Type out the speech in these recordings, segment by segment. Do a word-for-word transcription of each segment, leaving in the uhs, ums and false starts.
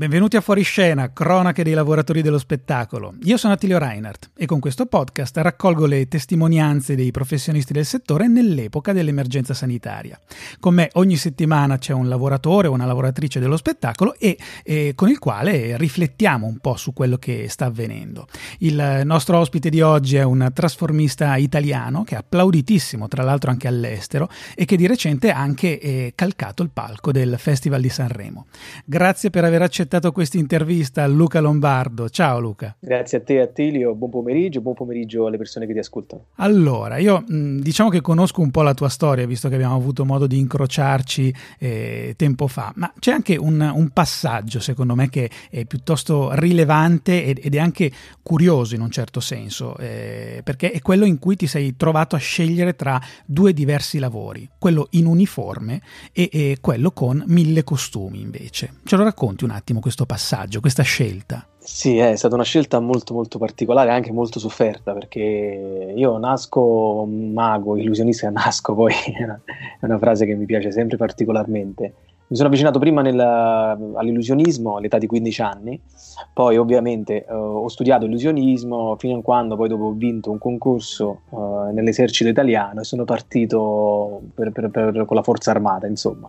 Benvenuti a Fuoriscena, cronache dei lavoratori dello spettacolo. Io sono Attilio Reinhardt e con questo podcast raccolgo le testimonianze dei professionisti del settore nell'epoca dell'emergenza sanitaria. Con me ogni settimana c'è un lavoratore o una lavoratrice dello spettacolo e, e con il quale riflettiamo un po' su quello che sta avvenendo. Il nostro ospite di oggi è un trasformista italiano che è applauditissimo, tra l'altro anche all'estero, e che di recente ha anche eh, calcato il palco del Festival di Sanremo. Grazie per aver accettato questa intervista a Luca Lombardo. Ciao Luca. Grazie a te Attilio, buon pomeriggio, buon pomeriggio alle persone che ti ascoltano. Allora, io mh, diciamo che conosco un po' la tua storia, visto che abbiamo avuto modo di incrociarci eh, tempo fa, ma c'è anche un, un passaggio secondo me che è piuttosto rilevante ed, ed è anche curioso in un certo senso, eh, perché è quello in cui ti sei trovato a scegliere tra due diversi lavori, quello in uniforme e, e quello con mille costumi invece. Ce lo racconti un attimo questo passaggio, questa scelta? Sì, è stata una scelta molto molto particolare, anche molto sofferta, perché io nasco mago, illusionista, nasco poi è una frase che mi piace sempre particolarmente. Mi sono avvicinato prima nella, all'illusionismo all'età di quindici anni, poi ovviamente eh, ho studiato illusionismo fino a quando poi dopo ho vinto un concorso eh, nell'esercito italiano e sono partito per, per, per, con la forza armata, insomma.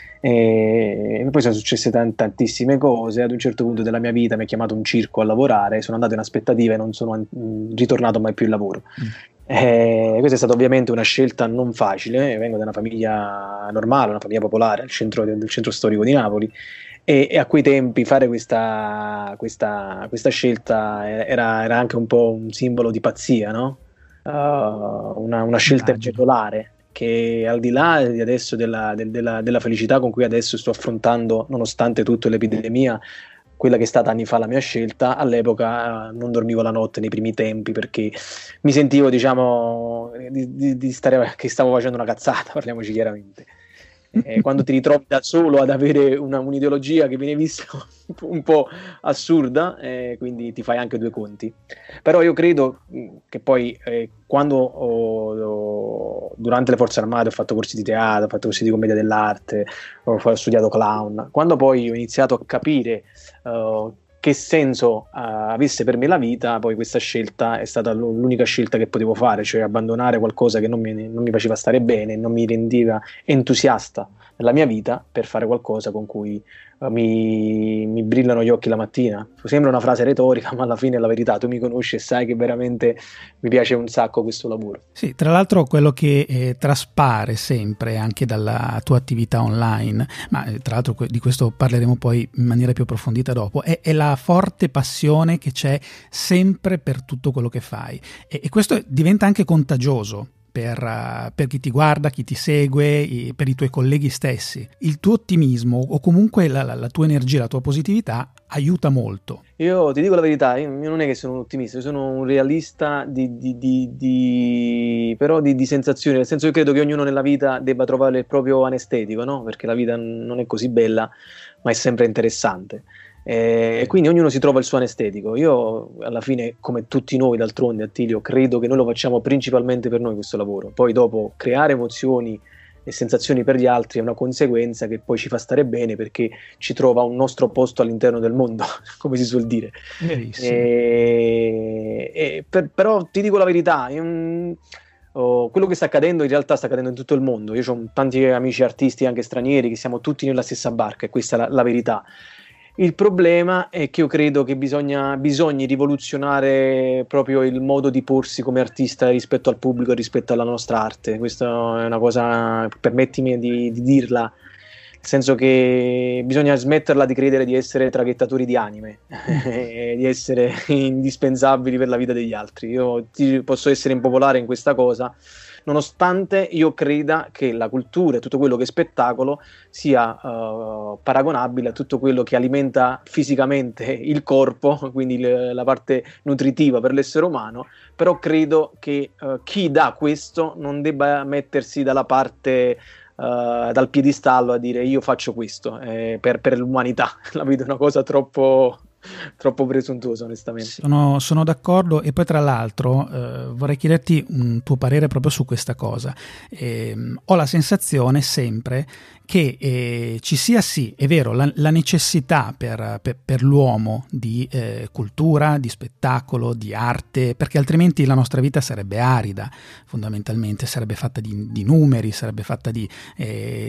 E poi sono successe tant- tantissime cose. Ad un certo punto della mia vita mi ha chiamato un circo a lavorare, sono andato in aspettativa e non sono an- ritornato mai più in lavoro. Mm. E questa è stata ovviamente una scelta non facile. Vengo da una famiglia normale, una famiglia popolare al centro del centro storico di Napoli e, e a quei tempi fare questa, questa, questa scelta era, era anche un po' un simbolo di pazzia, no? Uh, una, una scelta irregolare, che al di là di adesso della, del, della, della felicità con cui adesso sto affrontando, nonostante tutto l'epidemia, quella che è stata anni fa la mia scelta, all'epoca non dormivo la notte nei primi tempi perché mi sentivo, diciamo, di, di, di stare, che stavo facendo una cazzata, parliamoci chiaramente. Eh, quando ti ritrovi da solo ad avere una, un'ideologia che viene vista un po' assurda, eh, quindi ti fai anche due conti. Però io credo che poi eh, quando ho, ho, durante le forze armate ho fatto corsi di teatro, ho fatto corsi di commedia dell'arte, ho, ho studiato clown, quando poi ho iniziato a capire uh, che senso uh, avesse per me la vita, poi questa scelta è stata l'unica scelta che potevo fare, cioè abbandonare qualcosa che non mi, non mi faceva stare bene, non mi rendeva entusiasta nella mia vita, per fare qualcosa con cui uh, mi, mi brillano gli occhi la mattina. Sembra una frase retorica, ma alla fine è la verità. Tu mi conosci e sai che veramente mi piace un sacco questo lavoro. Sì, tra l'altro quello che eh, traspare sempre anche dalla tua attività online, ma eh, tra l'altro di questo parleremo poi in maniera più approfondita dopo, è, è la forte passione che c'è sempre per tutto quello che fai e, e questo diventa anche contagioso per, uh, per chi ti guarda, chi ti segue, i, per i tuoi colleghi stessi. Il tuo ottimismo o comunque la, la, la tua energia, la tua positività aiuta molto. Io ti dico la verità, io non è che sono un ottimista, io sono un realista di, di, di, di però di, di sensazioni, nel senso che credo che ognuno nella vita debba trovare il proprio anestetico, no? Perché la vita non è così bella, ma è sempre interessante. E quindi ognuno si trova il suo anestetico. Io alla fine, come tutti noi d'altronde, Attilio, credo che noi lo facciamo principalmente per noi questo lavoro. Poi dopo creare emozioni e sensazioni per gli altri è una conseguenza che poi ci fa stare bene perché ci trova un nostro posto all'interno del mondo, come si suol dire. E, e per, però ti dico la verità, io, oh, quello che sta accadendo in realtà sta accadendo in tutto il mondo. Io ho tanti amici artisti anche stranieri che siamo tutti nella stessa barca e questa è la, la verità. Il problema è che io credo che bisogna bisogni rivoluzionare proprio il modo di porsi come artista rispetto al pubblico e rispetto alla nostra arte. Questa è una cosa, permettimi di, di dirla, nel senso che bisogna smetterla di credere di essere traghettatori di anime, di essere indispensabili per la vita degli altri. Io ti, posso essere impopolare in questa cosa, nonostante io creda che la cultura e tutto quello che è spettacolo sia uh, paragonabile a tutto quello che alimenta fisicamente il corpo, quindi le, la parte nutritiva per l'essere umano, però credo che uh, chi dà questo non debba mettersi dalla parte uh, dal piedistallo a dire io faccio questo eh, per, per l'umanità. La vedo una cosa troppo troppo presuntuoso, onestamente. Sono, sono d'accordo, e poi tra l'altro eh, vorrei chiederti un tuo parere proprio su questa cosa. Eh, ho la sensazione sempre che eh, ci sia, sì, è vero, la, la necessità per, per, per l'uomo di eh, cultura, di spettacolo, di arte, perché altrimenti la nostra vita sarebbe arida, fondamentalmente, sarebbe fatta di, di numeri, sarebbe fatta di, eh,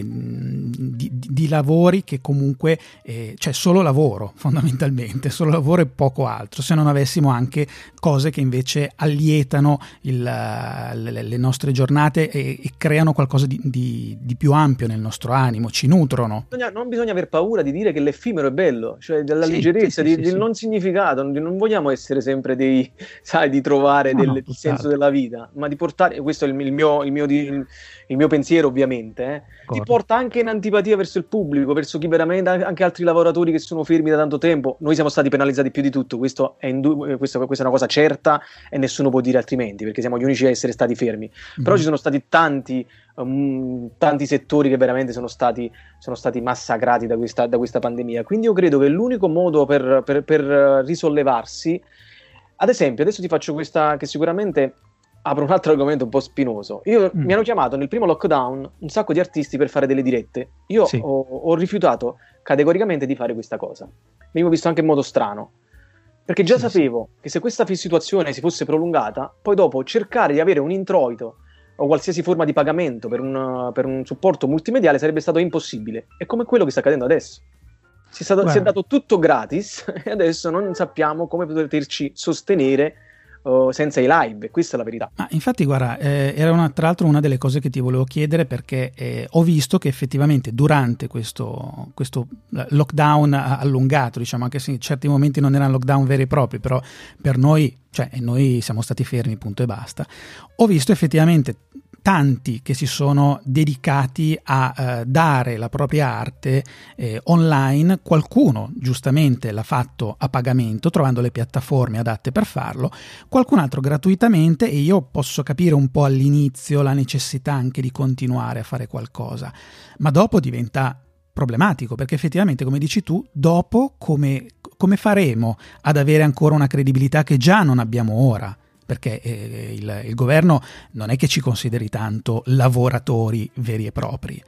di, di lavori che comunque, eh, cioè solo lavoro fondamentalmente, solo lavoro e poco altro, se non avessimo anche cose che invece allietano il, le, le nostre giornate e, e creano qualcosa di, di, di più ampio nel nostro animo. Ci nutrono. Bisogna, non bisogna aver paura di dire che l'effimero è bello, cioè della sì, leggerezza, sì, di, sì, del sì. non significato. Non vogliamo essere sempre dei, sai, di trovare no, del, no, il senso della vita, ma di portare, questo è il, il, mio, il, mio, il, il mio pensiero ovviamente, eh, ti porta anche in antipatia verso il pubblico, verso chi veramente, anche altri lavoratori che sono fermi da tanto tempo. Noi siamo stati penalizzati più di tutto, questo è, indu- questo, questa è una cosa certa e nessuno può dire altrimenti, perché siamo gli unici a essere stati fermi. Mm-hmm. Però ci sono stati tanti Um, tanti settori che veramente sono stati, sono stati massacrati da questa, da questa pandemia. Quindi io credo che l'unico modo per, per, per risollevarsi, ad esempio, adesso ti faccio questa, che sicuramente apro un altro argomento un po' spinoso. Io mm. mi hanno chiamato nel primo lockdown un sacco di artisti per fare delle dirette. Io sì. ho, ho rifiutato categoricamente di fare questa cosa. Mi ho visto anche in modo strano, perché già sì, sapevo sì. che se questa situazione si fosse prolungata, poi dopo cercare di avere un introito o qualsiasi forma di pagamento per un, per un supporto multimediale sarebbe stato impossibile. È come quello che sta accadendo adesso. Si è, stato, si è dato tutto gratis e adesso non sappiamo come poterci sostenere uh, senza i live. Questa è la verità. Ma infatti, guarda, eh, era una, tra l'altro una delle cose che ti volevo chiedere, perché eh, ho visto che effettivamente durante questo, questo lockdown allungato, diciamo, anche se in certi momenti non erano lockdown veri e propri, però per noi, cioè noi siamo stati fermi, punto e basta, ho visto effettivamente tanti che si sono dedicati a eh, dare la propria arte eh, online. Qualcuno giustamente l'ha fatto a pagamento, trovando le piattaforme adatte per farlo, qualcun altro gratuitamente, e io posso capire un po' all'inizio la necessità anche di continuare a fare qualcosa, ma dopo diventa problematico, perché effettivamente, come dici tu, dopo come, come faremo ad avere ancora una credibilità che già non abbiamo ora? Perché eh, il, il governo non è che ci consideri tanto lavoratori veri e propri.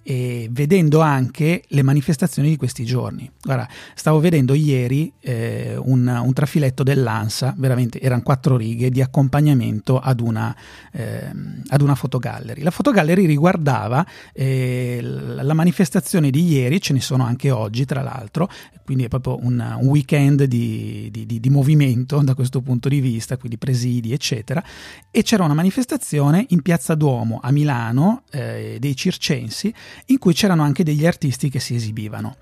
E vedendo anche le manifestazioni di questi giorni. Guarda, stavo vedendo ieri eh, un, un trafiletto dell'ANSA, veramente erano quattro righe di accompagnamento ad una, eh, ad una fotogallery. La fotogallery riguardava eh, la manifestazione di ieri, ce ne sono anche oggi tra l'altro, quindi è proprio un, un weekend di, di, di, di movimento da questo punto di vista, quindi presidi eccetera, e c'era una manifestazione in Piazza Duomo a Milano eh, dei circensi, in cui c'erano anche degli artisti che si esibivano,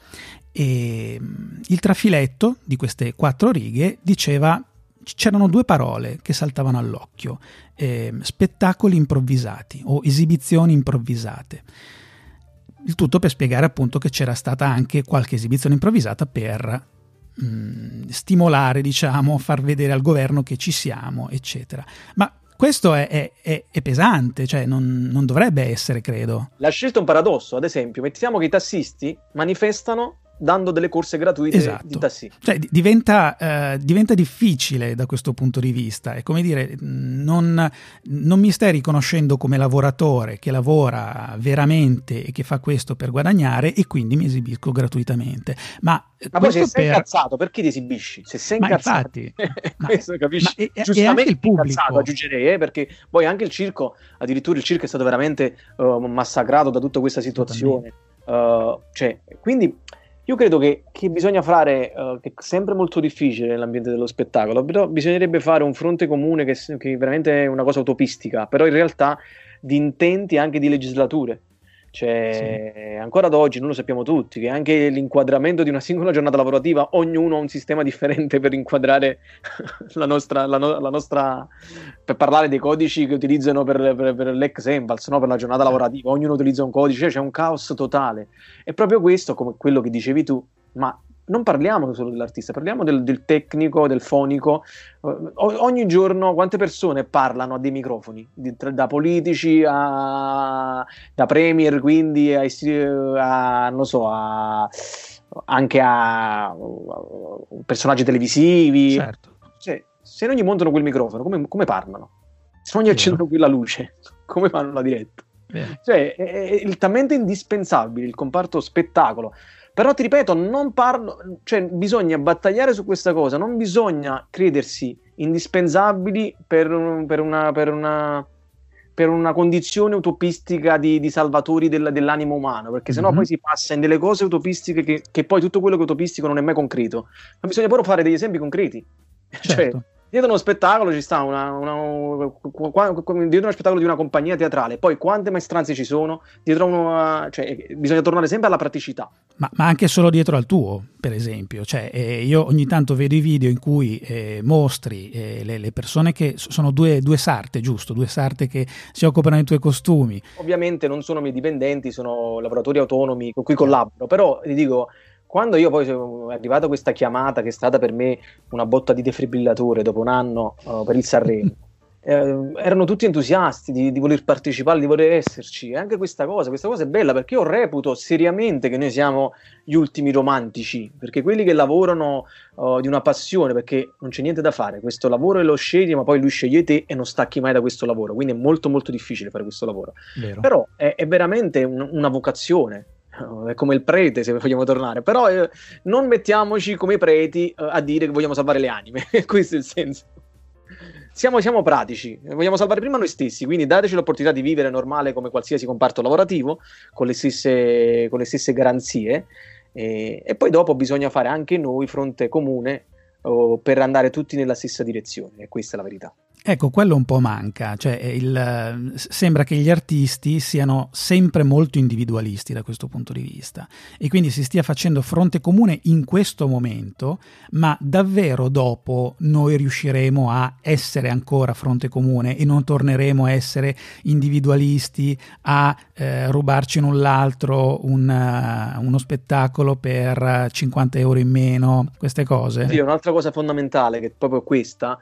e il trafiletto di queste quattro righe diceva, c'erano due parole che saltavano all'occhio: eh, spettacoli improvvisati o esibizioni improvvisate. Il tutto per spiegare appunto che c'era stata anche qualche esibizione improvvisata per mh, stimolare, diciamo, far vedere al governo che ci siamo, eccetera. Ma questo è, è, è, è pesante, cioè non, non dovrebbe essere, credo. La scelta è un paradosso. Ad esempio, mettiamo che i tassisti manifestano dando delle corse gratuite esatto. di tassi. Cioè diventa, eh, diventa difficile da questo punto di vista. È come dire, non, non mi stai riconoscendo come lavoratore che lavora veramente e che fa questo per guadagnare, e quindi mi esibisco gratuitamente. Ma, ma poi se sei per... incazzato, perché ti esibisci? Se sei incazzato, ma infatti, questo, ma, capisci? Ma è, giustamente è anche il pubblico. Incazzato, aggiungerei, eh, perché poi anche il circo, addirittura il circo è stato veramente uh, massacrato da tutta questa situazione. Uh, cioè, quindi io credo che, che bisogna fare, uh, che è sempre molto difficile nell'ambiente dello spettacolo, però bisognerebbe fare un fronte comune che, che veramente è una cosa utopistica, però in realtà di intenti anche di legislature. Cioè, sì. Ancora ad oggi noi lo sappiamo tutti, che anche l'inquadramento di una singola giornata lavorativa, ognuno ha un sistema differente per inquadrare la nostra, la, no, la nostra, per parlare dei codici che utilizzano per, per, per l'ex Empals, no? Per la giornata lavorativa, ognuno utilizza un codice, cioè c'è un caos totale. È proprio questo, come quello che dicevi tu, ma non parliamo solo dell'artista, parliamo del, del tecnico, del fonico. O, ogni giorno quante persone parlano a dei microfoni, di, tra, da politici a da premier, quindi a, a non so, a, anche a, a personaggi televisivi. Certo. Cioè, se non gli montano quel microfono, come, come parlano? Se non gli accendono quella luce, come fanno la diretta? Vero. Cioè, è, è, è talmente indispensabile il comparto spettacolo. Però ti ripeto, non parlo, cioè bisogna battagliare su questa cosa, non bisogna credersi indispensabili per, per, una, per, una, per una condizione utopistica di, di salvatori del, dell'animo umano, perché sennò mm-hmm. poi si passa in delle cose utopistiche che, che poi tutto quello che è utopistico non è mai concreto. Ma bisogna proprio fare degli esempi concreti. Certo. Cioè, dietro uno spettacolo ci sta una, una, una, dietro uno spettacolo di una compagnia teatrale, poi quante maestranze ci sono dietro uno, cioè, bisogna tornare sempre alla praticità. Ma, ma anche solo dietro al tuo, per esempio, cioè, eh, io ogni tanto vedo i video in cui eh, mostri eh, le, le persone che sono due, due sarte, giusto? Due sarte che si occupano dei tuoi costumi. Ovviamente non sono miei dipendenti, sono lavoratori autonomi con cui collaboro, però ti dico, quando io poi sono arrivato a questa chiamata che è stata per me una botta di defibrillatore dopo un anno uh, per il Sanremo, eh, erano tutti entusiasti di, di voler partecipare, di voler esserci. E anche questa cosa, questa cosa è bella, perché io reputo seriamente che noi siamo gli ultimi romantici, perché quelli che lavorano uh, di una passione, perché non c'è niente da fare, questo lavoro lo scegli, ma poi lui sceglie te e non stacchi mai da questo lavoro, quindi è molto molto difficile fare questo lavoro. Vero. Però è, è veramente un, una vocazione. È come il prete, se vogliamo tornare, però eh, non mettiamoci come preti eh, a dire che vogliamo salvare le anime. Questo è il senso. Siamo, siamo pratici, vogliamo salvare prima noi stessi, quindi dateci l'opportunità di vivere normale come qualsiasi comparto lavorativo, con le stesse, con le stesse garanzie, e, e poi dopo bisogna fare anche noi fronte comune oh, per andare tutti nella stessa direzione, e questa è la verità. Ecco, quello un po' manca, cioè il, sembra che gli artisti siano sempre molto individualisti da questo punto di vista e quindi si stia facendo fronte comune in questo momento, ma davvero dopo noi riusciremo a essere ancora fronte comune e non torneremo a essere individualisti, a eh, rubarci l'un l'altro un, uh, uno spettacolo per cinquanta euro in meno, queste cose. Sì, un'altra cosa fondamentale che è proprio questa.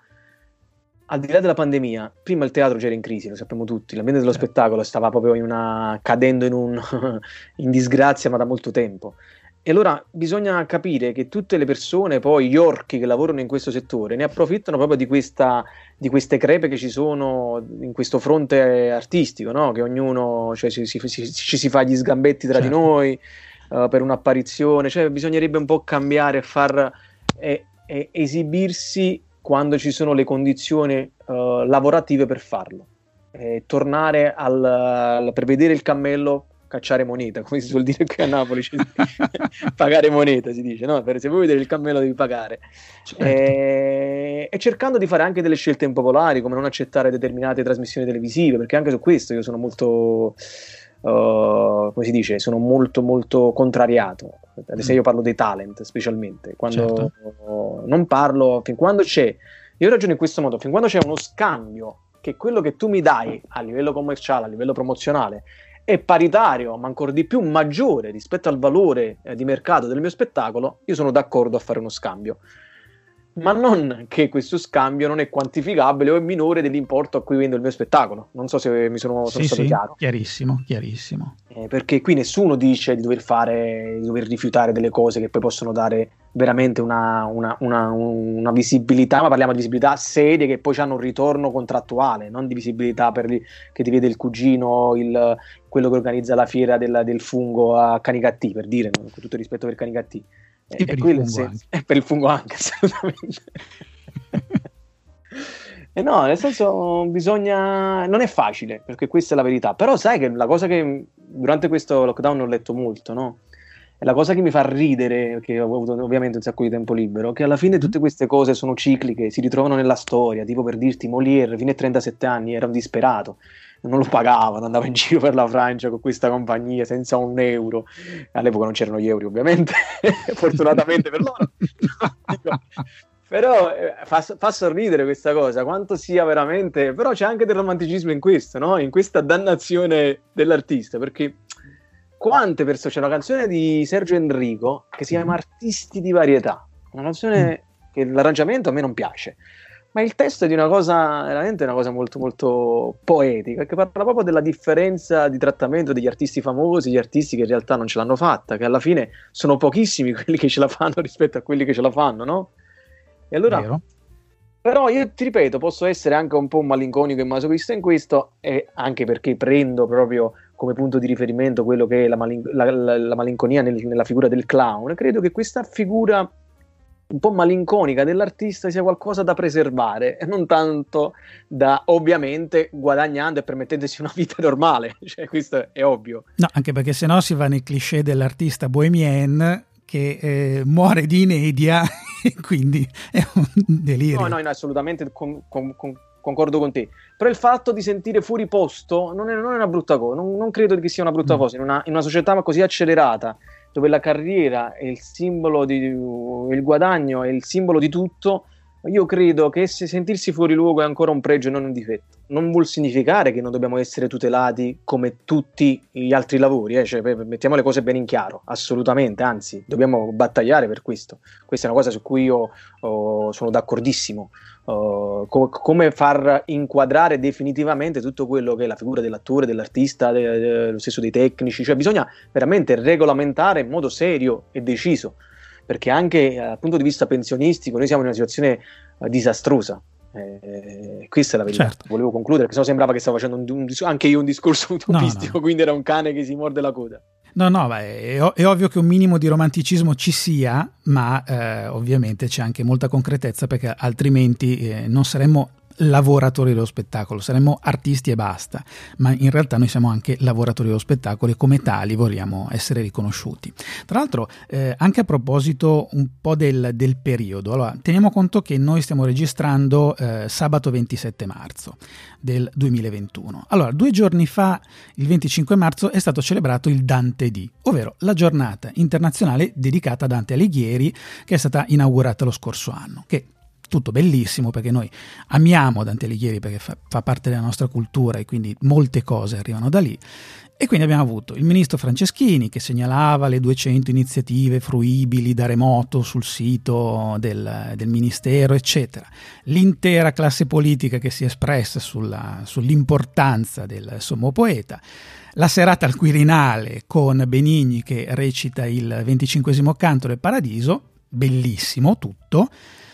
Al di là della pandemia, prima il teatro c'era in crisi, lo sappiamo tutti, l'ambiente dello spettacolo stava proprio in una, cadendo in, un, in disgrazia ma da molto tempo. E allora bisogna capire che tutte le persone, poi gli orchi che lavorano in questo settore, ne approfittano proprio di, questa, di queste crepe che ci sono in questo fronte artistico, no? Che ognuno, cioè, ci si, si, si, si fa gli sgambetti tra certo. di noi uh, per un'apparizione, cioè bisognerebbe un po' cambiare e far eh, eh, esibirsi quando ci sono le condizioni uh, lavorative per farlo, e tornare al, al per vedere il cammello cacciare moneta, come si suol dire qui a Napoli, cioè, pagare moneta si dice, no? Per, se vuoi vedere il cammello devi pagare, certo. e, e cercando di fare anche delle scelte impopolari, come non accettare determinate trasmissioni televisive, perché anche su questo io sono molto Uh, come si dice, sono molto molto contrariato. Adesso mm. io parlo dei talent specialmente, quando certo. non parlo, fin quando c'è, io ragiono in questo modo, fin quando c'è uno scambio che quello che tu mi dai a livello commerciale, a livello promozionale è paritario, ma ancora di più maggiore rispetto al valore eh, di mercato del mio spettacolo, io sono d'accordo a fare uno scambio, ma non che questo scambio non è quantificabile o è minore dell'importo a cui vendo il mio spettacolo. Non so se mi sono, sono sì, stato sì, chiaro. Chiarissimo, chiarissimo. Eh, perché qui nessuno dice di dover fare, di dover rifiutare delle cose che poi possono dare veramente una, una, una, una visibilità, ma parliamo di visibilità serie che poi hanno un ritorno contrattuale, non di visibilità per li, che ti vede il cugino, il, quello che organizza la fiera del, del fungo a Canicattì, per dire, con tutto il rispetto per Canicattì. E, e per, il senso, e per il fungo anche, assolutamente. E no, nel senso bisogna, non è facile, perché questa è la verità, però sai che la cosa che durante questo lockdown ho letto molto, no? E la cosa che mi fa ridere, perché ho avuto ovviamente un sacco di tempo libero, che alla fine tutte queste cose sono cicliche, si ritrovano nella storia, tipo per dirti Molière fino a trentasette anni era un disperato, non lo pagavano, andava in giro per la Francia con questa compagnia senza un euro, all'epoca non c'erano gli euro ovviamente, fortunatamente per loro. Dico, però eh, fa, fa sorridere questa cosa, quanto sia veramente, però c'è anche del romanticismo in questo, no? In questa dannazione dell'artista, perché quante persone, c'è una canzone di Sergio Enrico che si chiama Artisti di varietà, una canzone che l'arrangiamento a me non piace, Ma il testo è di una cosa, veramente una cosa molto molto poetica, che parla proprio della differenza di trattamento degli artisti famosi, gli artisti che in realtà non ce l'hanno fatta, che alla fine sono pochissimi quelli che ce la fanno rispetto a quelli che ce la fanno, no? E allora, Vero? però io ti ripeto, posso essere anche un po' un malinconico e masochista in questo, e anche perché prendo proprio come punto di riferimento quello che è la, malin- la, la, la malinconia nel, nella figura del clown. Credo che questa figura un po' malinconica dell'artista sia qualcosa da preservare e non tanto da, ovviamente, guadagnando e permettendosi una vita normale, cioè questo è ovvio. No, anche perché sennò si va nel cliché dell'artista bohemien che eh, muore di inedia e quindi è un delirio. No, no, no, assolutamente con, con, con, concordo con te, però il fatto di sentire fuori posto non è, non è una brutta cosa, non, non credo che sia una brutta mm. cosa in una, in una società così accelerata, dove la carriera è il simbolo di il guadagno è il simbolo di tutto. Io credo che se sentirsi fuori luogo è ancora un pregio e non un difetto. Non vuol significare che non dobbiamo essere tutelati come tutti gli altri lavori, eh? Cioè, mettiamo le cose bene in chiaro, assolutamente, anzi dobbiamo battagliare per questo. Questa è una cosa su cui io oh, sono d'accordissimo. Uh, co- come far inquadrare definitivamente tutto quello che è la figura dell'attore, dell'artista, de- de- lo stesso dei tecnici, cioè bisogna veramente regolamentare in modo serio e deciso, perché anche uh, dal punto di vista pensionistico noi siamo in una situazione uh, disastrosa. Eh, questa è la verità. Certo. Volevo concludere, perché sennò sembrava che stavo facendo un, un, anche io un discorso utopistico, no, no. Quindi era un cane che si morde la coda. No, no, beh, è, è ovvio che un minimo di romanticismo ci sia, ma eh, ovviamente c'è anche molta concretezza, perché altrimenti eh, non saremmo lavoratori dello spettacolo, saremmo artisti e basta, ma in realtà noi siamo anche lavoratori dello spettacolo e come tali vogliamo essere riconosciuti. Tra l'altro eh, anche a proposito un po' del, del periodo, allora teniamo conto che noi stiamo registrando eh, sabato ventisette marzo del duemilaventuno. Allora, due giorni fa, il venticinque marzo, è stato celebrato il Dante D, ovvero la giornata internazionale dedicata a Dante Alighieri, che è stata inaugurata lo scorso anno, che tutto bellissimo, perché noi amiamo Dante Alighieri, perché fa, fa parte della nostra cultura e quindi molte cose arrivano da lì. E quindi abbiamo avuto il ministro Franceschini che segnalava le duecento iniziative fruibili da remoto sul sito del, del ministero, eccetera. L'intera classe politica che si è espressa sulla, sull'importanza del sommo poeta. La serata al Quirinale con Benigni che recita il venticinquesimo canto del Paradiso, bellissimo tutto.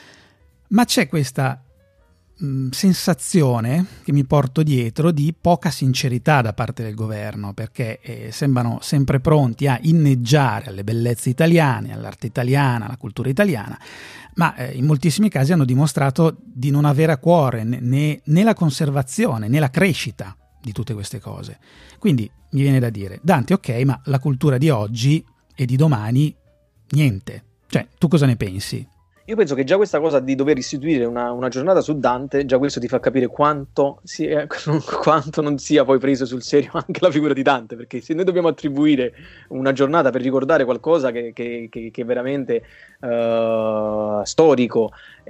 Ma c'è questa mh, sensazione che mi porto dietro di poca sincerità da parte del governo, perché eh, sembrano sempre pronti a inneggiare alle bellezze italiane, all'arte italiana, alla cultura italiana, ma eh, in moltissimi casi hanno dimostrato di non avere a cuore né, né, né la conservazione né la crescita di tutte queste cose. Quindi mi viene da dire, Dante ok, ma la cultura di oggi e di domani niente. Cioè, tu cosa ne pensi? Io penso che già questa cosa di dover istituire una, una giornata su Dante, già questo ti fa capire quanto, sia, quanto non sia poi preso sul serio anche la figura di Dante, perché se noi dobbiamo attribuire una giornata per ricordare qualcosa che, che, che, che è veramente uh, storico,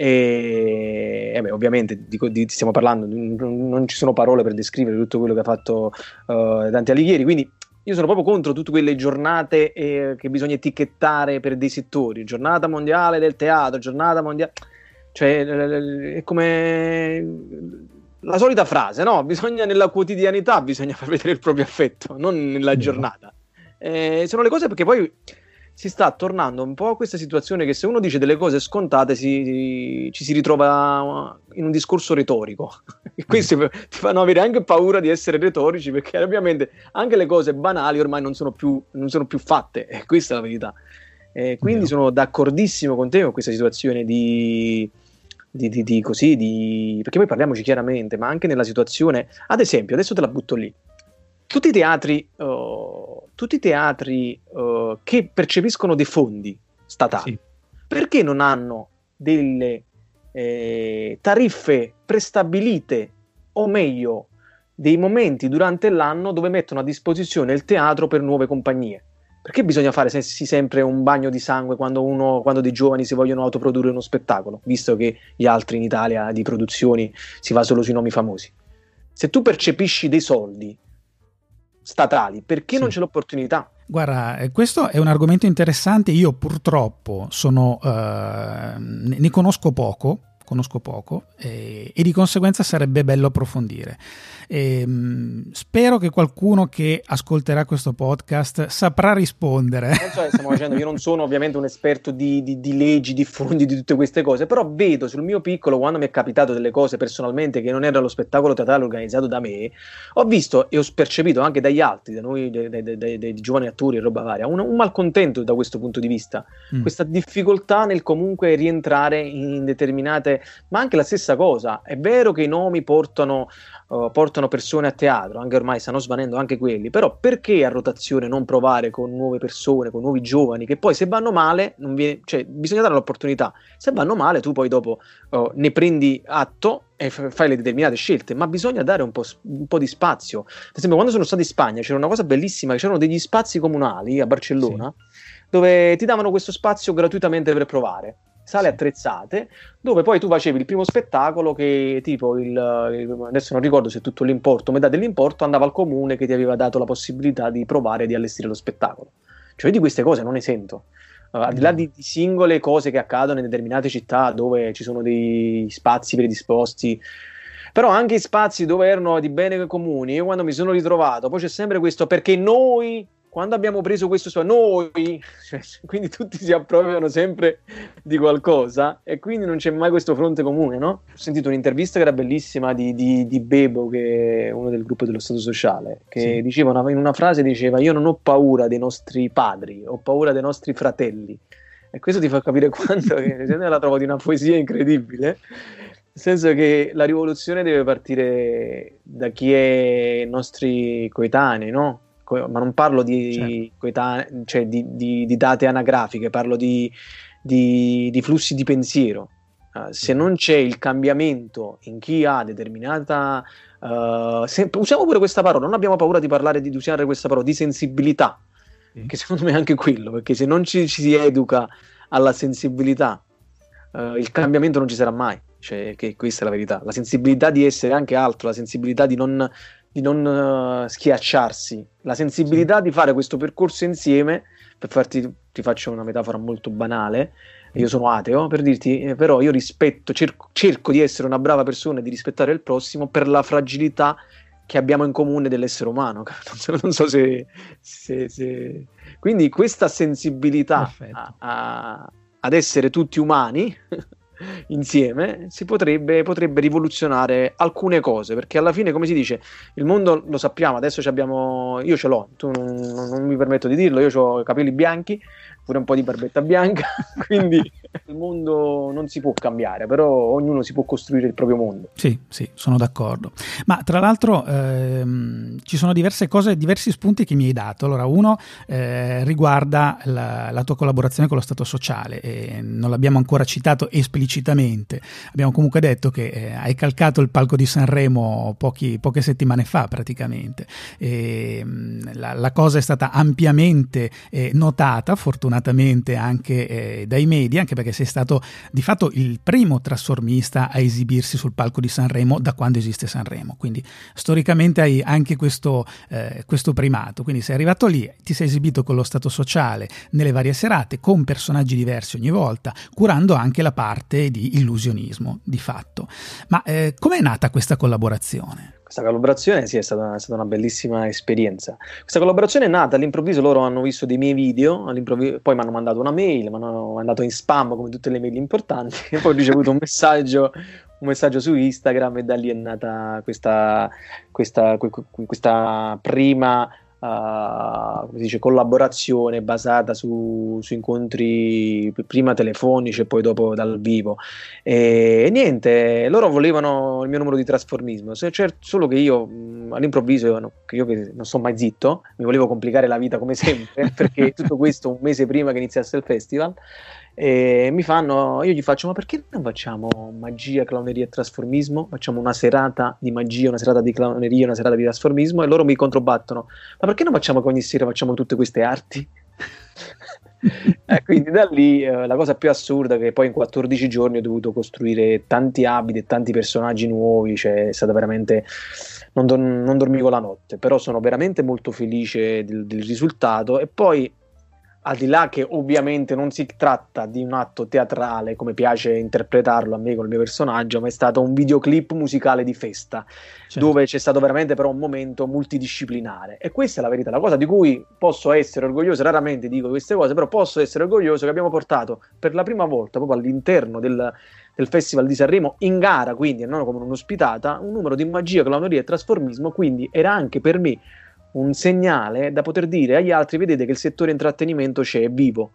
e, e beh, ovviamente di, di, stiamo parlando, non ci sono parole per descrivere tutto quello che ha fatto uh, Dante Alighieri, quindi io sono proprio contro tutte quelle giornate eh, che bisogna etichettare per dei settori, giornata mondiale del teatro, giornata mondiale, cioè è come la solita frase, no? Bisogna nella quotidianità, bisogna far vedere il proprio affetto, non nella giornata. Eh, sono le cose, perché poi si sta tornando un po' a questa situazione che se uno dice delle cose scontate si, ci si ritrova in un discorso retorico. E questo ti fanno avere anche paura di essere retorici, perché ovviamente anche le cose banali ormai non sono più, non sono più fatte, e questa è la verità. E quindi no. Sono d'accordissimo con te con questa situazione di, di, di, di così, di, perché poi parliamoci chiaramente, ma anche nella situazione, ad esempio, adesso te la butto lì. Tutti i teatri, uh, tutti i teatri uh, che percepiscono dei fondi statali, sì. Perché non hanno delle eh, tariffe prestabilite, o meglio, dei momenti durante l'anno dove mettono a disposizione il teatro per nuove compagnie? Perché bisogna fare se, sì, sempre un bagno di sangue quando, uno, quando dei giovani si vogliono autoprodurre uno spettacolo, visto che gli altri in Italia di produzioni si va solo sui nomi famosi? Se tu percepisci dei soldi statali, perché sì. Non c'è l'opportunità? Guarda, questo è un argomento interessante. Io purtroppo sono, uh, ne conosco poco, conosco poco e, e di conseguenza sarebbe bello approfondire. E, mh, spero che qualcuno che ascolterà questo podcast saprà rispondere. Non so che stiamo facendo, io non sono ovviamente un esperto di, di, di leggi, di fondi, di tutte queste cose, però vedo sul mio piccolo, quando mi è capitato delle cose personalmente che non era lo spettacolo teatrale organizzato da me, ho visto e ho percepito anche dagli altri, da noi, dei, dei, dei, dei giovani attori e roba varia, un, un malcontento da questo punto di vista, mm. questa difficoltà nel comunque rientrare in determinate, ma anche la stessa cosa, è vero che i nomi portano Uh, portano persone a teatro, anche ormai stanno svanendo anche quelli, però perché a rotazione non provare con nuove persone, con nuovi giovani, che poi se vanno male non viene, cioè bisogna dare l'opportunità, se vanno male tu poi dopo uh, ne prendi atto e f- fai le determinate scelte, ma bisogna dare un po', un po' di spazio. Ad esempio, quando sono stato in Spagna c'era una cosa bellissima, che c'erano degli spazi comunali a Barcellona, sì, dove ti davano questo spazio gratuitamente per provare, sale attrezzate, dove poi tu facevi il primo spettacolo che tipo il, il adesso non ricordo se tutto l'importo, metà dell'importo andava al comune che ti aveva dato la possibilità di provare di allestire lo spettacolo. Cioè di queste cose non ne sento. Uh, al di là di, di singole cose che accadono in determinate città dove ci sono dei spazi predisposti, però anche i spazi dove erano di bene comuni, io quando mi sono ritrovato, poi c'è sempre questo perché noi quando abbiamo preso questo su noi, cioè, quindi tutti si appropriano sempre di qualcosa e quindi non c'è mai questo fronte comune, no? Ho sentito un'intervista che era bellissima di, di, di Bebo, che è uno del gruppo dello Stato Sociale, che sì, diceva una, in una frase diceva: io non ho paura dei nostri padri, ho paura dei nostri fratelli. E questo ti fa capire quanto che la trovo di una poesia incredibile, nel senso che la rivoluzione deve partire da chi è i nostri coetanei, no? Ma non parlo di, certo, coetanei, cioè di, di, di date anagrafiche, parlo di, di, di flussi di pensiero. Uh, se non c'è il cambiamento in chi ha determinata uh, se, usiamo pure questa parola, non abbiamo paura di parlare, di usare questa parola, di sensibilità, sì, che secondo me è anche quello, perché se non ci, ci si educa alla sensibilità, uh, il cambiamento non ci sarà mai, cioè, che questa è la verità, la sensibilità di essere anche altro, la sensibilità di non di non uh, schiacciarsi, la sensibilità, sì, di fare questo percorso insieme. Per farti, ti faccio una metafora molto banale, io sono ateo, per dirti, eh, però io rispetto, cerco, cerco di essere una brava persona e di rispettare il prossimo per la fragilità che abbiamo in comune dell'essere umano. Non so, non so se, se, se... Quindi questa sensibilità a, a, ad essere tutti umani insieme si potrebbe, potrebbe rivoluzionare alcune cose, perché alla fine, come si dice, il mondo lo sappiamo, adesso ci abbiamo, io ce l'ho, tu non, non mi permetto di dirlo, io ho i capelli bianchi, pure un po' di barbetta bianca, quindi il mondo non si può cambiare, però ognuno si può costruire il proprio mondo. Sì, sì, sono d'accordo. Ma tra l'altro ehm, ci sono diverse cose, diversi spunti che mi hai dato. Allora, uno eh, riguarda la, la tua collaborazione con lo Stato Sociale, e non l'abbiamo ancora citato esplicitamente. Abbiamo comunque detto che eh, hai calcato il palco di Sanremo pochi, poche settimane fa praticamente. E, la, la cosa è stata ampiamente eh, notata, fortunatamente anche eh, dai media, anche perché sei stato di fatto il primo trasformista a esibirsi sul palco di Sanremo da quando esiste Sanremo, quindi storicamente hai anche questo, eh, questo primato, quindi sei arrivato lì, ti sei esibito con lo Stato Sociale nelle varie serate con personaggi diversi ogni volta, curando anche la parte di illusionismo di fatto. Ma eh, com'è nata questa collaborazione? Questa collaborazione sì, è stata, è stata una bellissima esperienza. Questa collaborazione è nata all'improvviso, loro hanno visto dei miei video, all'improvviso, poi mi hanno mandato una mail, mi hanno mandato in spam come tutte le mail importanti, e poi ho ricevuto un messaggio, un messaggio su Instagram, e da lì è nata questa, questa, questa prima uh, come si dice, collaborazione basata su, su incontri prima telefonici e poi dopo dal vivo. E, e niente, loro volevano il mio numero di trasformismo, se, cioè, solo che io mh, all'improvviso, no, che io che non sto mai zitto, mi volevo complicare la vita come sempre, perché tutto questo un mese prima che iniziasse il festival. E mi fanno, io gli faccio: ma perché non facciamo magia, clowneria e trasformismo? Facciamo una serata di magia, una serata di clowneria, una serata di trasformismo. E loro mi controbattono: ma perché non facciamo che ogni sera facciamo tutte queste arti? E quindi da lì eh, la cosa più assurda è che poi in quattordici giorni ho dovuto costruire tanti abiti e tanti personaggi nuovi, cioè è stata veramente, non, do- non dormivo la notte, però sono veramente molto felice del, del risultato. E poi al di là che ovviamente non si tratta di un atto teatrale come piace interpretarlo a me con il mio personaggio, ma è stato un videoclip musicale di festa, certo, dove c'è stato veramente però un momento multidisciplinare, e questa è la verità, la cosa di cui posso essere orgoglioso. Raramente dico queste cose, però posso essere orgoglioso che abbiamo portato per la prima volta proprio all'interno del, del Festival di Sanremo, in gara, quindi non come un'ospitata, un numero di magia, clowneria e trasformismo. Quindi era anche per me un segnale da poter dire agli altri: vedete che il settore intrattenimento c'è, è vivo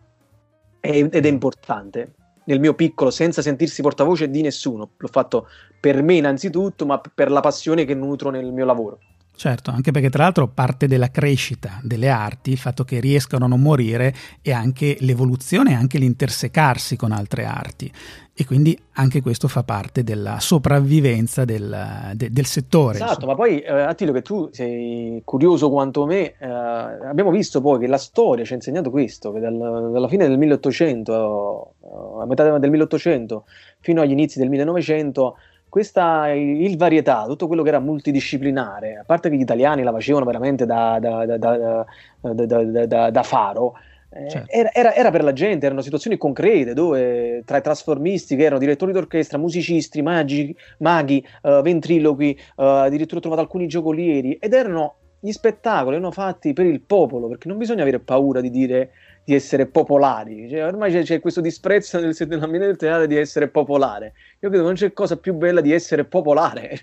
ed è importante. Nel mio piccolo, senza sentirsi portavoce di nessuno, l'ho fatto per me innanzitutto, ma per la passione che nutro nel mio lavoro. Certo, anche perché tra l'altro parte della crescita delle arti, il fatto che riescano a non morire, e anche l'evoluzione e anche l'intersecarsi con altre arti, e quindi anche questo fa parte della sopravvivenza del, de, del settore. Esatto, insomma. Ma poi eh, Attilio, che tu sei curioso quanto me, eh, abbiamo visto poi che la storia ci ha insegnato questo, che dal, dalla fine del milleottocento, a metà del milleottocento fino agli inizi del millenovecento, questa, il varietà, tutto quello che era multidisciplinare, a parte che gli italiani la facevano veramente da, da, da, da, da, da, da, da faro, eh, certo, era, era, era per la gente, erano situazioni concrete dove tra i trasformisti, che erano direttori d'orchestra, musicisti, magi, maghi, uh, ventriloqui, uh, addirittura ho trovato alcuni giocolieri, ed erano gli spettacoli, erano fatti per il popolo, perché non bisogna avere paura di dire di essere popolari, cioè, ormai c'è, c'è questo disprezzo nel, nell'ambiente del teatro di essere popolare. Io credo che non c'è cosa più bella di essere popolare,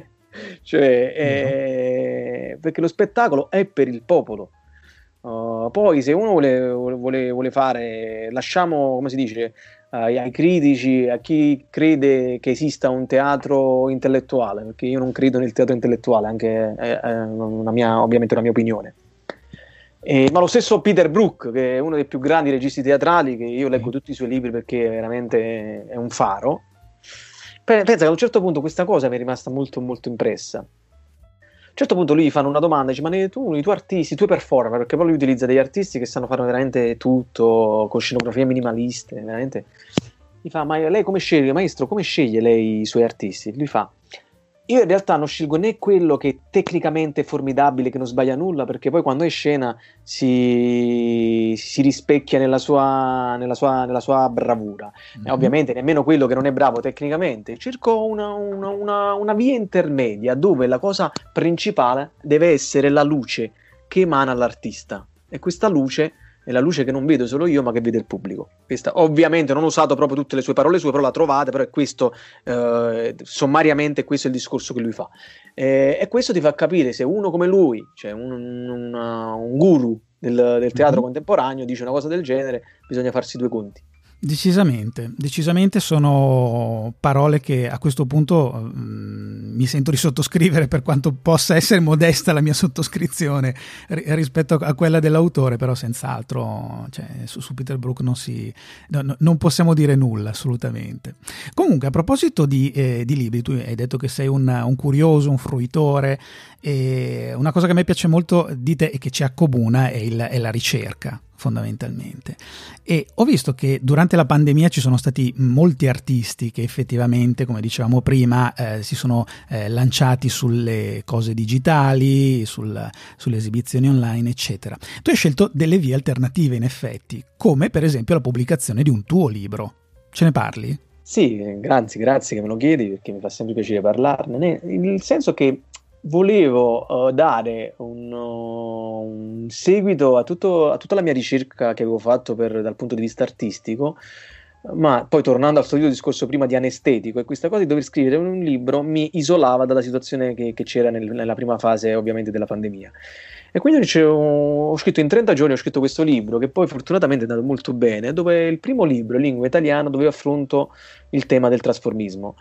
cioè, eh, perché lo spettacolo è per il popolo. Uh, poi se uno vuole, vuole, vuole fare, lasciamo, come si dice, uh, ai critici, a chi crede che esista un teatro intellettuale, perché io non credo nel teatro intellettuale, anche è, è una mia, ovviamente una mia opinione. Eh, ma lo stesso Peter Brook, che è uno dei più grandi registi teatrali, che io leggo tutti i suoi libri perché veramente è un faro, pensa che a un certo punto questa cosa mi è rimasta molto molto impressa. A un certo punto lui gli fanno una domanda, dice: ma tu, i tuoi artisti, i tuoi performer, perché poi lui utilizza degli artisti che sanno fare veramente tutto, con scenografie minimaliste, veramente. Gli fa: ma lei come sceglie, maestro, come sceglie lei i suoi artisti? Lui fa: io in realtà non scelgo né quello che tecnicamente è formidabile, che non sbaglia nulla, perché poi quando è in scena si, si rispecchia nella sua, nella sua, nella sua bravura. Mm-hmm. E ovviamente nemmeno quello che non è bravo tecnicamente. Cerco una, una, una, una via intermedia dove la cosa principale deve essere la luce che emana l'artista. E questa luce è la luce che non vedo solo io, ma che vede il pubblico. Questa, ovviamente non ho usato proprio tutte le sue parole sue, però la trovate, però è questo, eh, sommariamente questo è il discorso che lui fa. Eh, e questo ti fa capire se uno come lui, cioè un, un, un guru del, del teatro mm-hmm. contemporaneo, dice una cosa del genere, bisogna farsi due conti. Decisamente, decisamente sono parole che a questo punto um, mi sento di sottoscrivere, per quanto possa essere modesta la mia sottoscrizione r- rispetto a quella dell'autore, però senz'altro, cioè, su, su Peter Brook non, si, no, no, non possiamo dire nulla assolutamente. Comunque, a proposito di, eh, di libri, tu hai detto che sei un, un curioso, un fruitore, e una cosa che a me piace molto di te e che ci accomuna è, il, è la ricerca, fondamentalmente. E ho visto che durante la pandemia ci sono stati molti artisti che effettivamente, come dicevamo prima, eh, si sono eh, lanciati sulle cose digitali, sul, sulle esibizioni online, eccetera. Tu hai scelto delle vie alternative, in effetti, come per esempio la pubblicazione di un tuo libro. Ce ne parli? Sì, grazie, grazie che me lo chiedi, perché mi fa sempre piacere parlarne. Nel senso che volevo uh, dare un, uh, un seguito a, tutto, a tutta la mia ricerca che avevo fatto per, dal punto di vista artistico, ma poi tornando al solito discorso prima di anestetico, e questa cosa di dover scrivere un libro mi isolava dalla situazione che, che c'era nel, nella prima fase ovviamente della pandemia. E quindi ho, ho scritto in trenta giorni, ho scritto questo libro che poi fortunatamente è andato molto bene, dove il primo libro in lingua italiana, dove affronto il tema del trasformismo.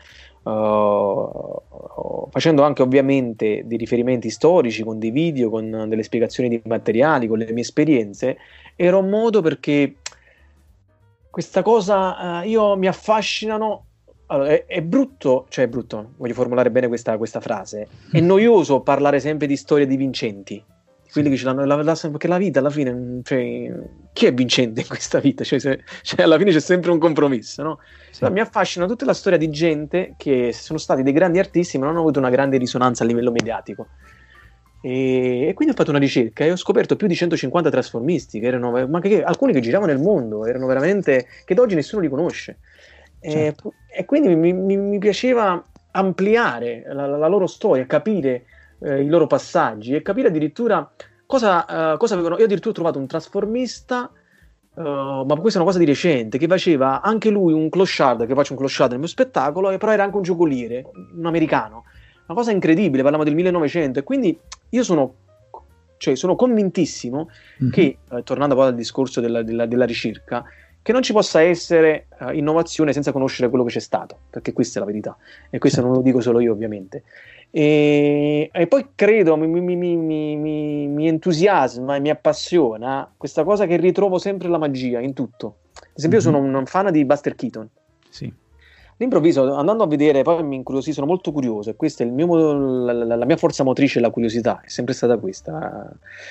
Uh, facendo anche ovviamente dei riferimenti storici, con dei video, con delle spiegazioni di materiali, con le mie esperienze. Era un modo perché questa cosa uh, io mi affascinano. Allora, è, è brutto, cioè è brutto, voglio formulare bene questa, questa frase, è noioso parlare sempre di storie di vincenti, quelli che ce l'hanno, la, la, perché la vita alla fine, cioè, chi è vincente in questa vita? Cioè, se, cioè alla fine c'è sempre un compromesso, no? Sì. Allora, mi affascina tutta la storia di gente che sono stati dei grandi artisti ma non hanno avuto una grande risonanza a livello mediatico. E, e quindi ho fatto una ricerca e ho scoperto più di centocinquanta trasformisti, che erano, ma che, alcuni che giravano nel mondo, erano veramente, che ad oggi nessuno li conosce. Certo. E, e quindi mi, mi, mi piaceva ampliare la, la loro storia, capire eh, i loro passaggi e capire addirittura cosa, uh, cosa avevano. Io addirittura ho trovato un trasformista, uh, ma questa è una cosa di recente, che faceva anche lui un clochard, che faccio un clochard nel mio spettacolo, e però era anche un giocoliere, un americano. Una cosa incredibile, parliamo del millenovecento, e quindi io sono, cioè, sono convintissimo mm-hmm. che, eh, tornando poi al discorso della, della, della ricerca, che non ci possa essere uh, innovazione senza conoscere quello che c'è stato, perché questa è la verità, e questo certo. Non lo dico solo io, ovviamente. E, e poi credo, mi, mi, mi, mi, mi, mi entusiasma e mi appassiona questa cosa che ritrovo sempre la magia in tutto. Ad esempio, mm-hmm. io sono un fan di Buster Keaton. Sì. All'improvviso, andando a vedere, poi mi incuriosì, sono molto curioso, e questa è il mio, la, la, la mia forza motrice, la curiosità, è sempre stata questa.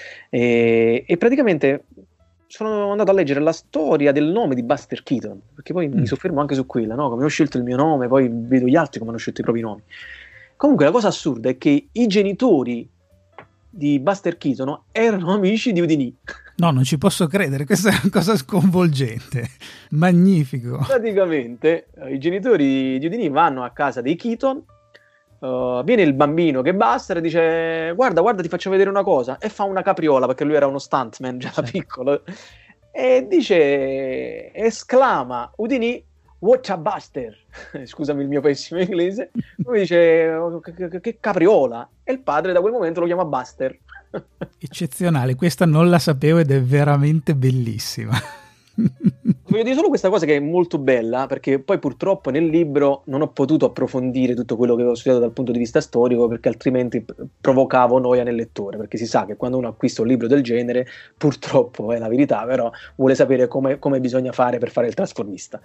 E, e praticamente sono andato a leggere la storia del nome di Buster Keaton, perché poi mm. mi soffermo anche su quella, no? Come ho scelto il mio nome, poi vedo gli altri come hanno scelto i propri nomi. Comunque la cosa assurda è che i genitori di Buster Keaton erano amici di Houdini. No, non ci posso credere, questa è una cosa sconvolgente, magnifico. Praticamente i genitori di Houdini vanno a casa dei Keaton, uh, viene il bambino che è Buster e dice guarda, guarda, ti faccio vedere una cosa, e fa una capriola, perché lui era uno stuntman già da piccolo, e dice, esclama Houdini, what a Buster, scusami il mio pessimo inglese, lui dice che, che, che capriola, e il padre da quel momento lo chiama Buster. Eccezionale, questa non la sapevo ed è veramente bellissima. Voglio dire solo questa cosa che è molto bella, perché poi purtroppo nel libro non ho potuto approfondire tutto quello che avevo studiato dal punto di vista storico, perché altrimenti provocavo noia nel lettore, perché si sa che quando uno acquista un libro del genere, purtroppo è la verità, però vuole sapere come, come bisogna fare per fare il trasformista.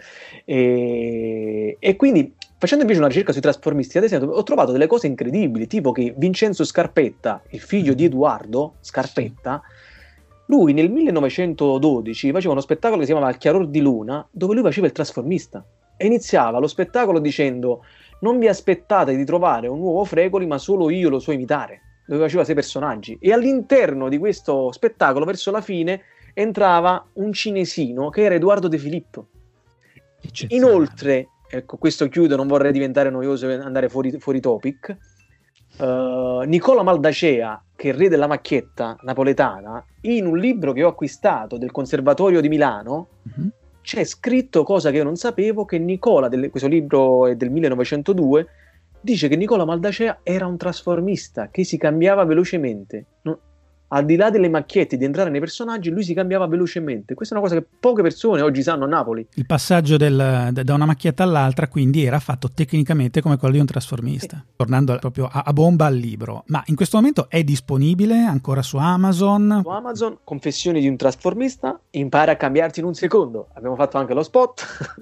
E, e quindi, facendo invece una ricerca sui trasformisti, ad esempio, ho trovato delle cose incredibili, tipo che Vincenzo Scarpetta, il figlio di Edoardo Scarpetta, lui nel millenovecentododici faceva uno spettacolo che si chiamava Il chiaror di luna, dove lui faceva il trasformista, e iniziava lo spettacolo dicendo non vi aspettate di trovare un nuovo Fregoli, ma solo io lo so imitare, dove faceva sei personaggi. E all'interno di questo spettacolo, verso la fine, entrava un cinesino che era Edoardo De Filippo. Inoltre, ecco, questo chiudo, non vorrei diventare noioso e andare fuori, fuori topic, uh, Nicola Maldacea, che è il re della macchietta napoletana, in un libro che ho acquistato del Conservatorio di Milano, mm-hmm. c'è scritto, cosa che io non sapevo, che Nicola, del, questo libro è del millenovecentodue, dice che Nicola Maldacea era un trasformista che si cambiava velocemente. No, al di là delle macchiette, di entrare nei personaggi, lui si cambiava velocemente. Questa è una cosa che poche persone oggi sanno a Napoli. Il passaggio del, da una macchietta all'altra quindi era fatto tecnicamente come quello di un trasformista. Sì. Tornando proprio a, a bomba al libro. Ma in questo momento è disponibile ancora su Amazon? Su Amazon, Confessioni di un trasformista, impara a cambiarti in un secondo. Abbiamo fatto anche lo spot.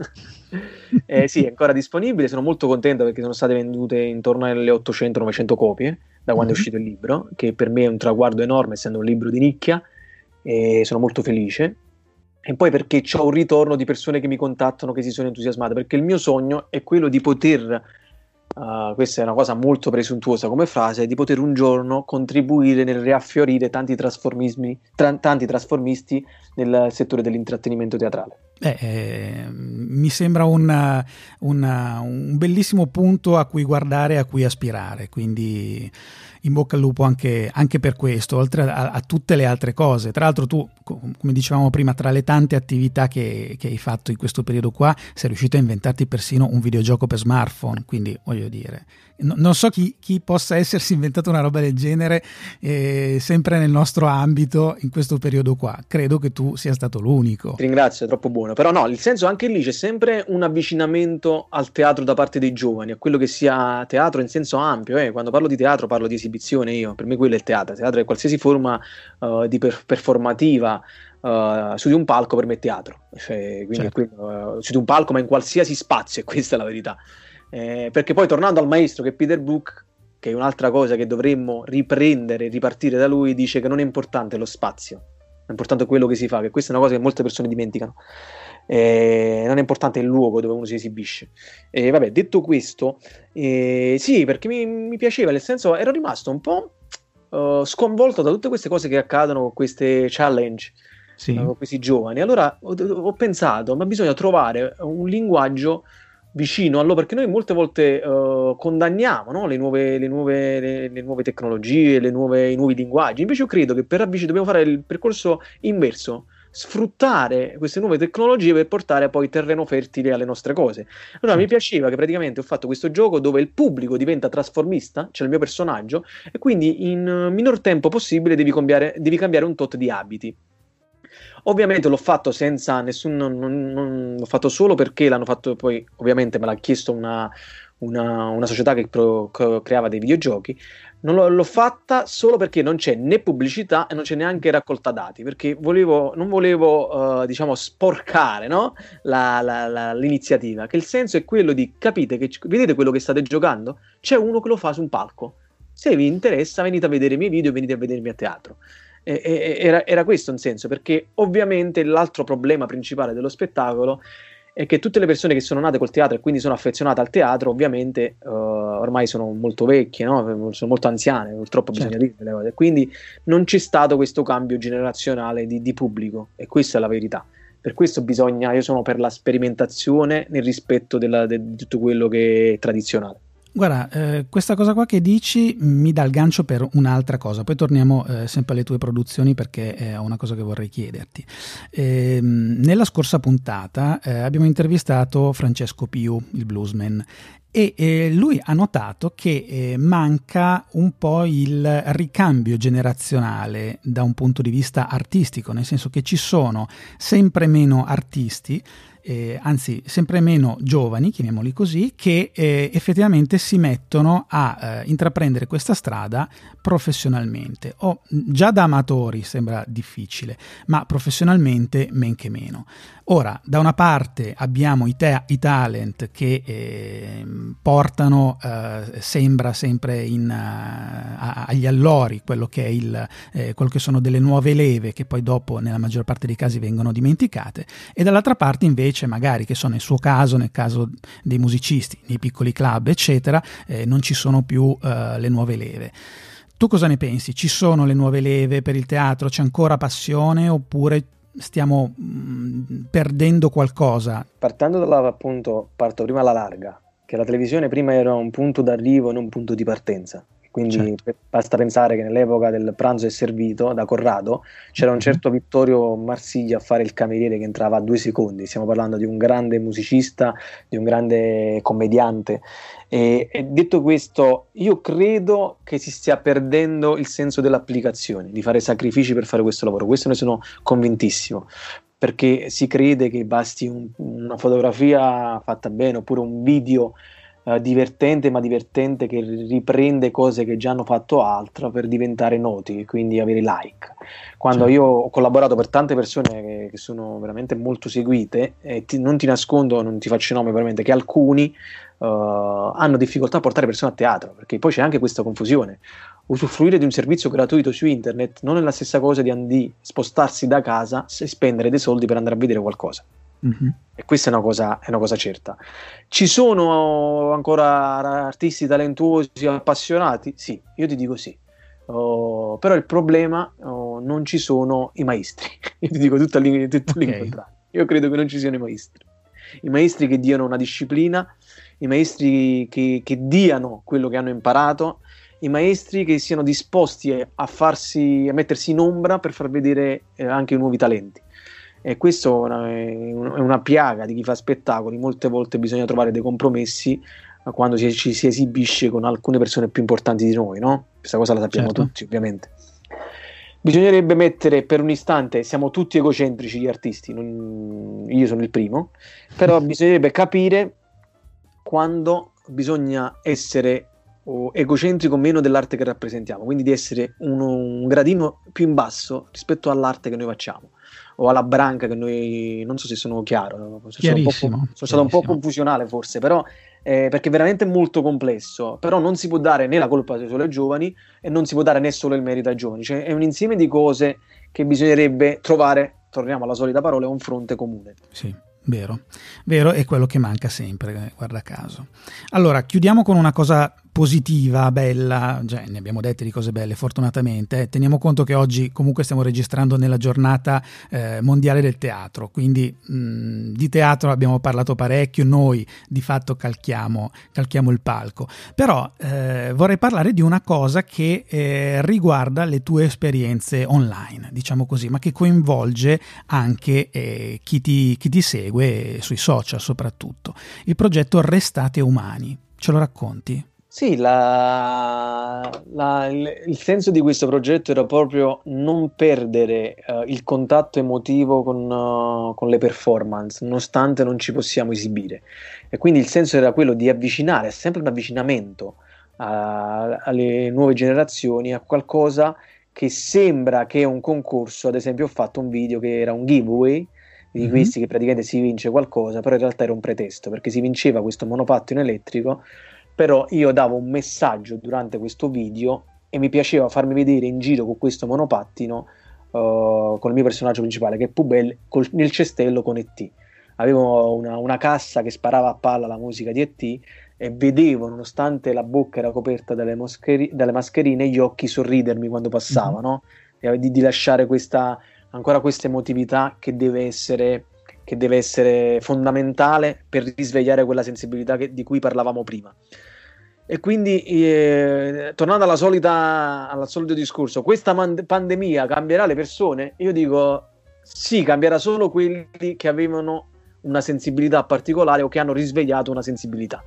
eh, sì, è ancora disponibile. Sono molto contento perché sono state vendute intorno alle ottocento novecento copie da quando mm-hmm. è uscito il libro, che per me è un traguardo enorme, essendo un libro di nicchia, e sono molto felice. E poi perché c'ho un ritorno di persone che mi contattano, che si sono entusiasmate, perché il mio sogno è quello di poter, uh, questa è una cosa molto presuntuosa come frase, di poter un giorno contribuire nel riaffiorire tanti trasformismi, tra, tanti trasformisti nel settore dell'intrattenimento teatrale. Eh, eh, mi sembra una, una, un bellissimo punto a cui guardare, a cui aspirare, quindi in bocca al lupo anche, anche per questo, oltre a, a tutte le altre cose. Tra l'altro tu, come dicevamo prima, tra le tante attività che, che hai fatto in questo periodo qua, sei riuscito a inventarti persino un videogioco per smartphone, quindi voglio dire, no, non so chi, chi possa essersi inventato una roba del genere eh, sempre nel nostro ambito in questo periodo qua. Credo che tu sia stato l'unico. Ti ringrazio, è troppo buono. Però no, il senso anche lì c'è sempre un avvicinamento al teatro da parte dei giovani, a quello che sia teatro in senso ampio. Eh. Quando parlo di teatro parlo di esibizione io, per me quello è il teatro. Il teatro è qualsiasi forma uh, di per- performativa uh, su di un palco, per me è teatro. Cioè, quindi certo. quello, uh, su di un palco, ma in qualsiasi spazio, e questa è la verità. Eh, perché poi tornando al maestro, che è Peter Brook, che è un'altra cosa che dovremmo riprendere, ripartire da lui, dice che non è importante lo spazio, è importante quello che si fa, che questa è una cosa che molte persone dimenticano. Eh, non è importante il luogo dove uno si esibisce. E eh, vabbè, detto questo, eh, sì, perché mi, mi piaceva, nel senso ero rimasto un po' uh, sconvolto da tutte queste cose che accadono con queste challenge, sì. uh, con questi giovani. Allora ho, ho pensato, ma bisogna trovare un linguaggio vicino a loro, perché noi molte volte uh, condanniamo, no? le, nuove, le, nuove, le, le nuove tecnologie, le nuove, i nuovi linguaggi. Invece io credo che per avvicinare dobbiamo fare il percorso inverso, sfruttare queste nuove tecnologie per portare poi terreno fertile alle nostre cose. Allora sì. Mi piaceva che praticamente ho fatto questo gioco dove il pubblico diventa trasformista, c'è il mio personaggio, e quindi in minor tempo possibile devi cambiare, devi cambiare un tot di abiti. Ovviamente l'ho fatto senza nessun, non, non, non, l'ho fatto solo perché l'hanno fatto, poi ovviamente me l'ha chiesto una, una, una società che pro, creava dei videogiochi. Non l'ho, l'ho fatta solo perché non c'è né pubblicità e non c'è neanche raccolta dati, perché volevo, non volevo uh, diciamo sporcare, no? la, la, la, l'iniziativa, che il senso è quello di capite che vedete quello che state giocando? C'è uno che lo fa su un palco, se vi interessa venite a vedere i miei video, venite a vedermi a teatro. Era, era questo un senso, perché ovviamente l'altro problema principale dello spettacolo è che tutte le persone che sono nate col teatro e quindi sono affezionate al teatro ovviamente uh, ormai sono molto vecchie, no? Sono molto anziane, purtroppo certo. Bisogna dire le cose, quindi non c'è stato questo cambio generazionale di, di pubblico, e questa è la verità. Per questo bisogna, io sono per la sperimentazione nel rispetto della, de, di tutto quello che è tradizionale. Guarda, eh, questa cosa qua che dici mi dà il gancio per un'altra cosa, poi torniamo eh, sempre alle tue produzioni, perché è una cosa che vorrei chiederti. Eh, nella scorsa puntata eh, abbiamo intervistato Francesco Piu, il bluesman, e eh, lui ha notato che eh, manca un po' il ricambio generazionale da un punto di vista artistico, nel senso che ci sono sempre meno artisti, Eh, anzi sempre meno giovani, chiamiamoli così, che eh, effettivamente si mettono a eh, intraprendere questa strada professionalmente. O già da amatori sembra difficile, ma professionalmente men che meno. Ora, da una parte abbiamo i, te- i talent che eh, portano, eh, sembra sempre in, uh, agli allori quello che è il, eh, quello che sono delle nuove leve, che poi dopo nella maggior parte dei casi vengono dimenticate, e dall'altra parte invece magari, che sono nel suo caso, nel caso dei musicisti, nei piccoli club eccetera, eh, non ci sono più uh, le nuove leve. Tu cosa ne pensi? Ci sono le nuove leve per il teatro? C'è ancora passione oppure stiamo mh, perdendo qualcosa? Partendo dalla, appunto, parto prima alla larga, che la televisione prima era un punto d'arrivo e non un punto di partenza. Quindi certo. Basta pensare che nell'epoca del pranzo è servito da Corrado c'era un certo Vittorio Marsiglia a fare il cameriere che entrava a due secondi. Stiamo parlando di un grande musicista, di un grande commediante. E, e detto questo, io credo che si stia perdendo il senso dell'applicazione, di fare sacrifici per fare questo lavoro. Questo ne sono convintissimo, perché si crede che basti un, una fotografia fatta bene oppure un video Uh, divertente, ma divertente che riprende cose che già hanno fatto altro per diventare noti e quindi avere like. Quando certo. Io ho collaborato per tante persone che, che sono veramente molto seguite, e ti, non ti nascondo, non ti faccio nome veramente, che alcuni uh, hanno difficoltà a portare persone a teatro, perché poi c'è anche questa confusione. Usufruire di un servizio gratuito su internet non è la stessa cosa di, di spostarsi da casa e spendere dei soldi per andare a vedere qualcosa. Mm-hmm. E questa è una cosa, è una cosa certa. Ci sono ancora artisti talentuosi, appassionati? Sì, io ti dico sì. Oh, però il problema oh, non ci sono i maestri. Io ti dico tutto, lì, tutto okay. L'incontrario. Io credo che non ci siano i maestri. I maestri che diano una disciplina, i maestri che, che diano quello che hanno imparato, i maestri che siano disposti a farsi, a mettersi in ombra per far vedere eh, anche i nuovi talenti. E questo è una piaga di chi fa spettacoli. Molte volte bisogna trovare dei compromessi quando ci, ci si esibisce con alcune persone più importanti di noi, no? Questa cosa la sappiamo certo. Tutti, ovviamente. Bisognerebbe mettere per un istante, siamo tutti egocentrici gli artisti, non, io sono il primo, però bisognerebbe capire quando bisogna essere o egocentrico meno dell'arte che rappresentiamo, quindi di essere uno, un gradino più in basso rispetto all'arte che noi facciamo o alla branca che noi, non so se sono chiaro, sono, un po', sono stato un po' confusionale forse, però eh, perché è veramente molto complesso, però non si può dare né la colpa solo ai giovani e non si può dare né solo il merito ai giovani, cioè è un insieme di cose che bisognerebbe trovare, torniamo alla solita parola, un fronte comune. Sì. Vero, vero, è quello che manca sempre, guarda caso. Allora, chiudiamo con una cosa positiva, bella, cioè, ne abbiamo dette di cose belle fortunatamente, eh. Teniamo conto che oggi comunque stiamo registrando nella giornata eh, mondiale del teatro, quindi mh, di teatro abbiamo parlato parecchio, noi di fatto calchiamo, calchiamo il palco, però eh, vorrei parlare di una cosa che eh, riguarda le tue esperienze online, diciamo così, ma che coinvolge anche eh, chi ti, chi ti segue sui social soprattutto, il progetto Restate Umani. Ce lo racconti? Sì, la, la, il, il senso di questo progetto era proprio non perdere uh, il contatto emotivo con, uh, con le performance, nonostante non ci possiamo esibire. E quindi il senso era quello di avvicinare, è sempre un avvicinamento uh, alle nuove generazioni a qualcosa che sembra che è un concorso. Ad esempio, ho fatto un video che era un giveaway di mm-hmm. questi che praticamente si vince qualcosa, però in realtà era un pretesto, perché si vinceva questo monopattino elettrico. Però io davo un messaggio durante questo video e mi piaceva farmi vedere in giro con questo monopattino uh, con il mio personaggio principale, che è Pubel, col, nel cestello con E T. Avevo una, una cassa che sparava a palla la musica di E T e vedevo, nonostante la bocca era coperta dalle, moscheri, dalle mascherine, gli occhi sorridermi quando passava, mm-hmm. no? Di, di lasciare questa, ancora questa emotività che deve essere, che deve essere fondamentale per risvegliare quella sensibilità che, di cui parlavamo prima. E quindi eh, tornando alla solita, al solito discorso, questa man- pandemia cambierà le persone? Io dico sì, cambierà solo quelli che avevano una sensibilità particolare o che hanno risvegliato una sensibilità.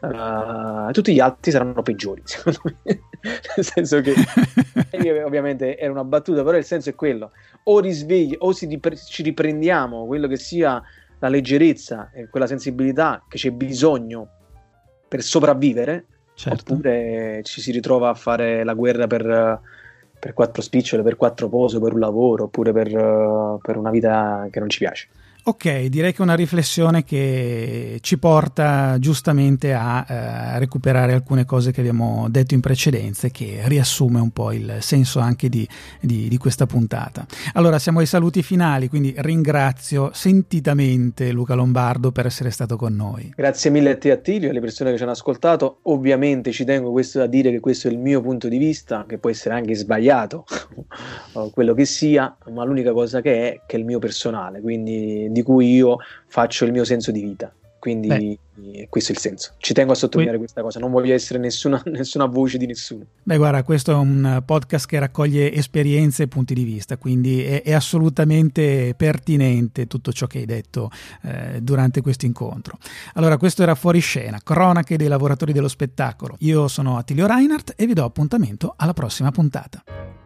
Uh, tutti gli altri saranno peggiori, secondo me. Nel senso che io, ovviamente era una battuta, però il senso è quello: o risvegli, o si ripre- ci riprendiamo quello che sia la leggerezza e quella sensibilità che c'è bisogno per sopravvivere, certo. Oppure ci si ritrova a fare la guerra per, per quattro spicciole, per quattro pose, per un lavoro, oppure per, per una vita che non ci piace. Ok, direi che è una riflessione che ci porta giustamente a eh, recuperare alcune cose che abbiamo detto in precedenza e che riassume un po' il senso anche di, di, di questa puntata. Allora, siamo ai saluti finali, quindi ringrazio sentitamente Luca Lombardo per essere stato con noi. Grazie mille a te, Attilio, e alle persone che ci hanno ascoltato. Ovviamente ci tengo questo a dire che questo è il mio punto di vista, che può essere anche sbagliato, o quello che sia, ma l'unica cosa che è che è il mio personale, quindi di cui io faccio il mio senso di vita, quindi Beh. questo è il senso. Ci tengo a sottolineare que- questa cosa, non voglio essere nessuna, nessuna voce di nessuno. Beh, guarda, questo è un podcast che raccoglie esperienze e punti di vista, quindi è, è assolutamente pertinente tutto ciò che hai detto eh, durante questo incontro. Allora, questo era Fuoriscena, cronache dei lavoratori dello spettacolo. Io sono Attilio Reinhardt e vi do appuntamento alla prossima puntata.